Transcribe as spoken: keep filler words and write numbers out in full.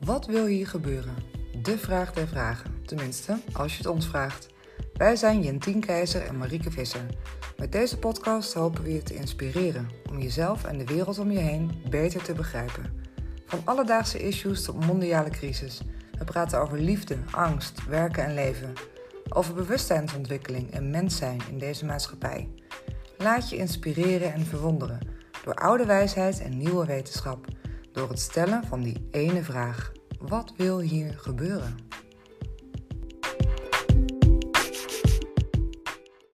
Wat wil hier gebeuren? De vraag der vragen. Tenminste, als je het ons vraagt. Wij zijn Jentien Keizer en Marieke Visser. Met deze podcast hopen we je te inspireren om jezelf en de wereld om je heen beter te begrijpen. Van alledaagse issues tot mondiale crisis. We praten over liefde, angst, werken en leven. Over bewustzijnsontwikkeling en mens zijn in deze maatschappij. Laat je inspireren en verwonderen door oude wijsheid en nieuwe wetenschap. Door het stellen van die ene vraag. Wat wil hier gebeuren?